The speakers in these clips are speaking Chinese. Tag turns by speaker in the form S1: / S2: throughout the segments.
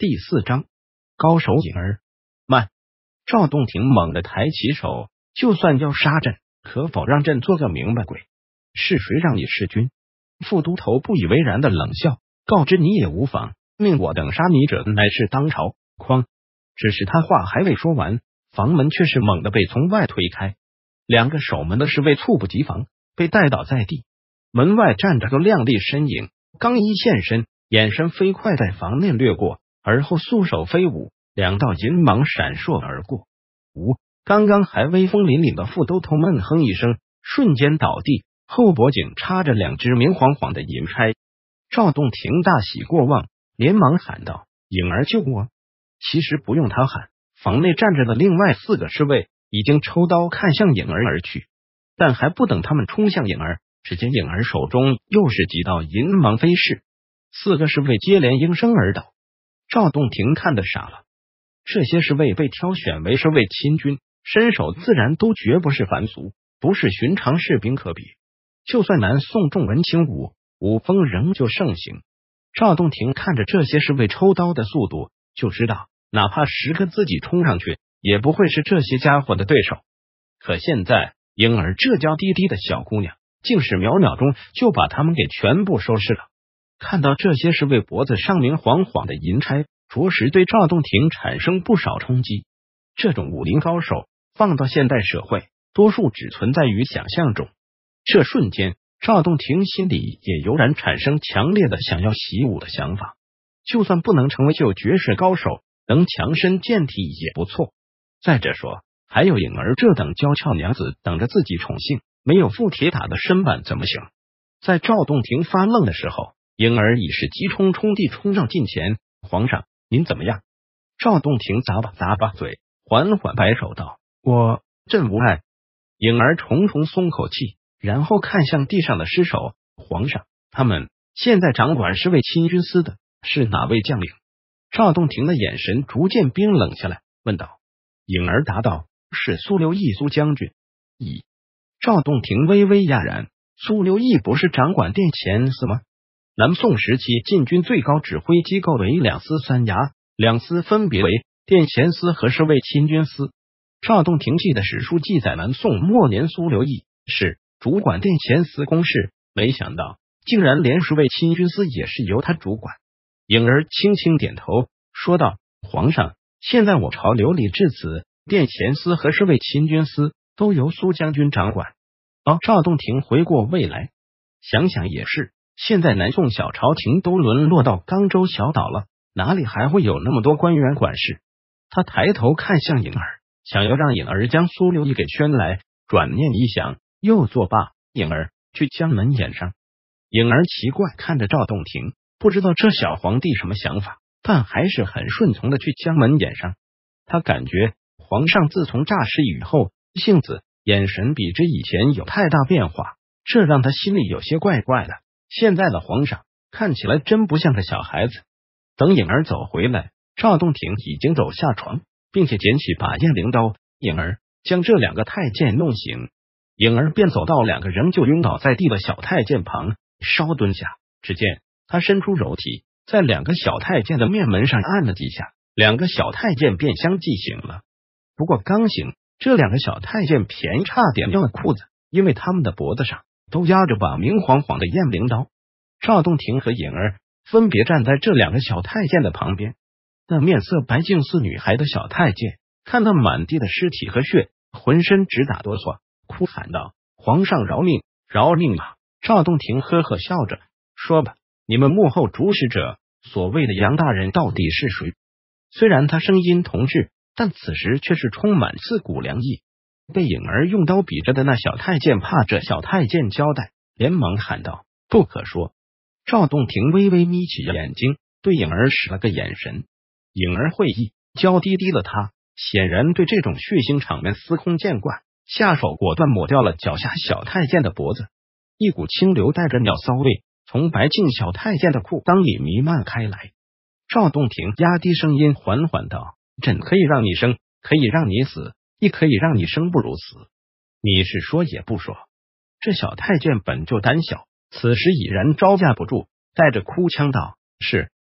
S1: 第4章，高手颖儿。慢！赵洞庭猛地抬起手，就算要杀朕，可否让朕做个明白鬼？是谁让你弑君？副都头不以为然的冷笑，告知你也无妨，命我等杀你者乃是当朝。哐！只是他话还未说完，房门却是猛地被从外推开，两个守门的侍卫猝不及防，被带倒在地。门外站着个靓丽身影，刚一现身，眼神飞快在房内掠过，而后素手飞舞，两道银芒闪烁而过。刚刚还威风凛凛的副都头闷哼一声，瞬间倒地，后脖颈插着2只明晃晃的银钗。赵洞庭大喜过望，连忙喊道：“颖儿救我！”其实不用他喊，房内站着的另外4个侍卫已经抽刀看向颖儿而去，但还不等他们冲向颖儿，只见颖儿手中又是几道银芒飞逝，4个侍卫接连应声而倒。赵洞庭看得傻了，这些侍卫被挑选为侍卫亲军，身手自然都绝不是凡俗，不是寻常士兵可比。就算南宋重文轻武，武风仍旧盛行。赵洞庭看着这些侍卫抽刀的速度，就知道哪怕10个自己冲上去，也不会是这些家伙的对手。可现在颖儿这娇滴滴的小姑娘，竟是秒秒钟就把他们给全部收拾了。看到这些侍卫脖子上明晃晃的银钗，着实对赵洞庭产生不少冲击。这种武林高手放到现代社会，多数只存在于想象中。这瞬间，赵洞庭心里也油然产生强烈的想要习武的想法。就算不能成为旧绝世高手，能强身健体也不错。再者说，还有颖儿这等娇俏娘子等着自己宠幸，没有副铁打的身板怎么行？在赵洞庭发愣的时候，颖儿已是急冲冲地冲上近前。皇上，您怎么样？赵洞庭咂巴嘴，缓缓摆手道：“朕无碍。”颖儿重重松口气，然后看向地上的尸首：“皇上，他们现在掌管侍卫亲军司的是哪位将领？”赵洞庭的眼神逐渐冰冷下来，问道。颖儿答道：“是苏留义苏将军。”咦？赵洞庭微微讶然，苏留义不是掌管殿前司吗？南宋时期禁军最高指挥机构为2司3衙，2司分别为殿前司和侍卫亲军司。赵洞庭记的史书记载，南宋末年苏留义是主管殿前司公事，没想到竟然连侍卫亲军司也是由他主管。颖儿轻轻点头说道：“皇上，现在我朝流离至此，殿前司和侍卫亲军司都由苏将军掌管。”赵洞庭回过味来，想想也是，现在南宋小朝廷都沦落到江州小岛了，哪里还会有那么多官员管事？他抬头看向颖儿，想要让颖儿将苏留义给圈来，转念一想，又作罢。颖儿，去将门掩上。颖儿奇怪看着赵洞庭，不知道这小皇帝什么想法，但还是很顺从的去将门掩上。他感觉皇上自从诈尸以后，性子眼神比之以前有太大变化，这让他心里有些怪怪的。现在的皇上看起来真不像个小孩子。等颖儿走回来，赵洞庭已经走下床，并且捡起把雁翎刀。颖儿，将这2个太监弄醒。颖儿便走到2个仍旧晕倒在地的小太监旁，稍蹲下，只见他伸出柔体，在2个小太监的面门上按了几下，2个小太监便相继醒了。不过刚醒，这2个小太监便差点掉了裤子，因为他们的脖子上都压着把明晃晃的雁翎刀。赵洞庭和颖儿分别站在这2个小太监的旁边。那面色白净似女孩的小太监看到满地的尸体和血，浑身直打哆嗦，哭喊道：“皇上饶命，饶命啊！”赵洞庭呵呵笑着说：“吧，你们幕后主使者所谓的杨大人到底是谁？”虽然他声音同质，但此时却是充满刺骨凉意。被颖儿用刀比着的那小太监怕这小太监交代，连忙喊道：“不可说！”赵洞庭微微眯起眼睛，对颖儿使了个眼神。颖儿会意，娇滴滴的她显然对这种血腥场面司空见惯，下手果断抹掉了脚下小太监的脖子。一股清流带着尿骚味从白净小太监的裤裆里弥漫开来。赵洞庭压低声音缓缓道：“朕可以让你生，可以让你死，亦可以让你生不如死。你是说也不说？”这小太监本就胆小，此时已然招架不住，带着哭腔道：“是，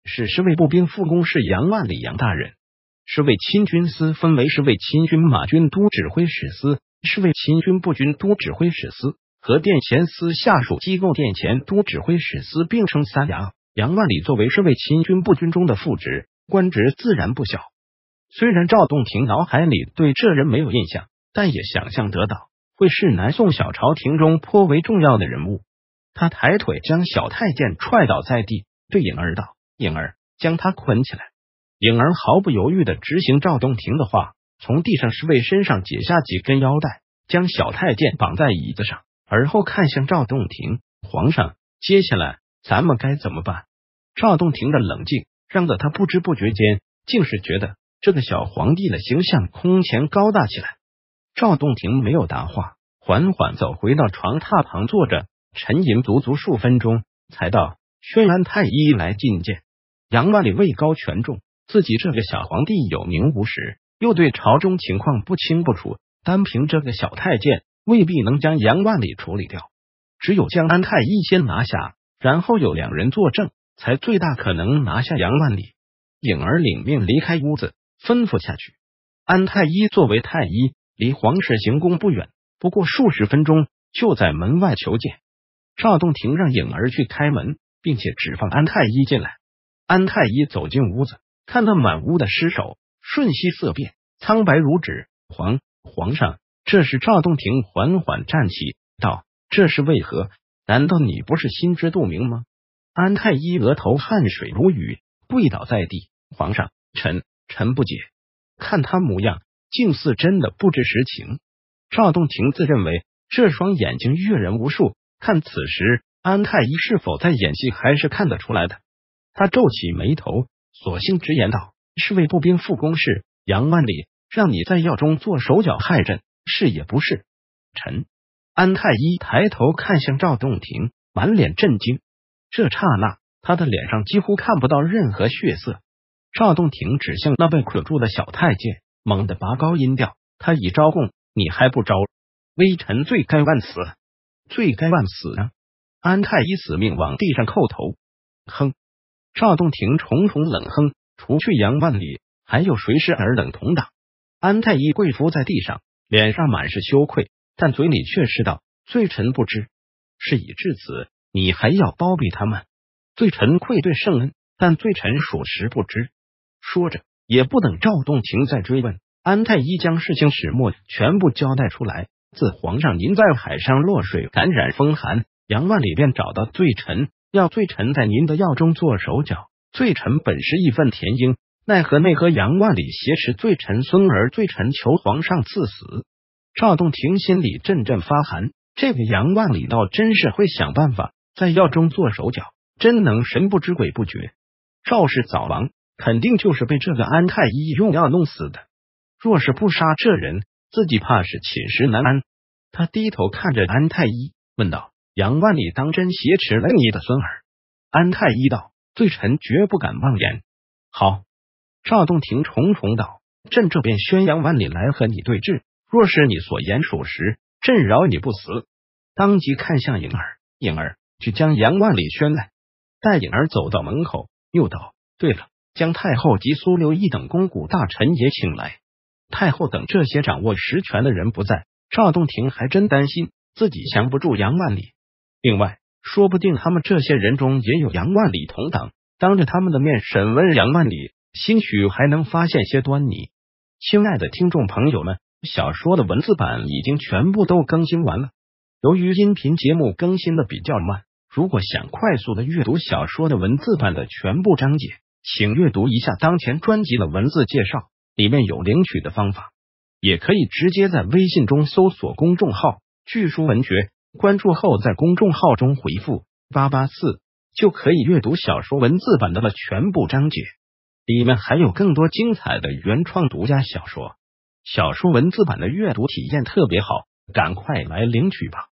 S1: 是侍卫步兵副公事杨万里杨大人。侍卫亲军司分为侍卫亲军马军都指挥使司、侍卫亲军步军都指挥使司和殿前司下属机构殿前都指挥使司，并称三衙。杨万里作为侍卫亲军步军中的副职，官职自然不小。虽然赵洞庭脑海里对这人没有印象，但也想象得到会是南宋小朝廷中颇为重要的人物。他抬腿将小太监踹倒在地，对颖儿道：“颖儿，将他捆起来。”颖儿毫不犹豫地执行赵洞庭的话，从地上侍卫身上解下几根腰带，将小太监绑在椅子上，而后看向赵洞庭：“皇上，接下来咱们该怎么办？”赵洞庭的冷静让得他不知不觉间竟是觉得这个小皇帝的形象空前高大起来。赵洞庭没有答话，缓缓走回到床榻旁坐着，沉吟足足数分钟，才道：“宣安太医来觐见。”杨万里位高权重，自己这个小皇帝有名无实，又对朝中情况不清不楚，单凭这个小太监未必能将杨万里处理掉，只有将安太医先拿下，然后有两人作证，才最大可能拿下杨万里。颖儿领命离开屋子，吩咐下去。安太医作为太医，离皇室行宫不远，不过数十分钟就在门外求见。赵洞庭让颖儿去开门，并且只放安太医进来。安太医走进屋子，看到满屋的尸首，瞬息色变，苍白如纸。皇上，这时赵洞庭缓缓站起，道：“这是为何？难道你不是心知肚明吗？”安太医额头汗水如雨，跪倒在地：“皇上，臣不解。”看他模样，竟似真的不知实情。赵洞庭自认为这双眼睛阅人无数，看此时安太医是否在演戏，还是看得出来的。他皱起眉头，索性直言道：“侍卫步兵副公事杨万里让你在药中做手脚害朕，是也不是？”臣。安太医抬头看向赵洞庭，满脸震惊。这刹那，他的脸上几乎看不到任何血色。赵洞庭指向那被捆住的小太监，猛地拔高音调：“他已招供，你还不招？微臣罪该万死，罪该万死啊！”安太医死命往地上叩头。哼！赵洞庭重重冷哼，除去杨万里，还有谁是尔等同党？安太医跪伏在地上，脸上满是羞愧，但嘴里却是道：“罪臣不知。事已至此，你还要包庇他们？罪臣愧对圣恩，但罪臣属实不知。”说着，也不等赵洞庭再追问，安太医将事情始末全部交代出来。自皇上您在海上落水感染风寒，杨万里便找到罪臣，要罪臣在您的药中做手脚。罪臣本是义愤填膺，奈何杨万里挟持罪臣孙儿，罪臣求皇上赐死。赵洞庭心里阵阵发寒，这个杨万里倒真是会想办法，在药中做手脚，真能神不知鬼不觉。赵氏早亡，肯定就是被这个安太医用药弄死的。若是不杀这人，自己怕是寝食难安。他低头看着安太医，问道：“杨万里当真挟持了你的孙儿？”安太医道：“罪臣绝不敢妄言。”好。赵洞庭重重道：“朕这便宣杨万里来和你对质，若是你所言属实，朕饶你不死。”当即看向颖儿：“颖儿，去将杨万里宣来。”待颖儿走到门口，又道：“对了，将太后及苏刘义等肱骨大臣也请来。”太后等这些掌握实权的人不在，赵洞庭还真担心自己降不住杨万里。另外，说不定他们这些人中也有杨万里同党，当着他们的面审问杨万里，兴许还能发现些端倪。亲爱的听众朋友们，小说的文字版已经全部都更新完了。由于音频节目更新的比较慢，如果想快速的阅读小说的文字版的全部章节，请阅读一下当前专辑的文字介绍，里面有领取的方法。也可以直接在微信中搜索公众号巨书文学，关注后在公众号中回复884，就可以阅读小说文字版的全部章节。里面还有更多精彩的原创独家小说，小说文字版的阅读体验特别好，赶快来领取吧。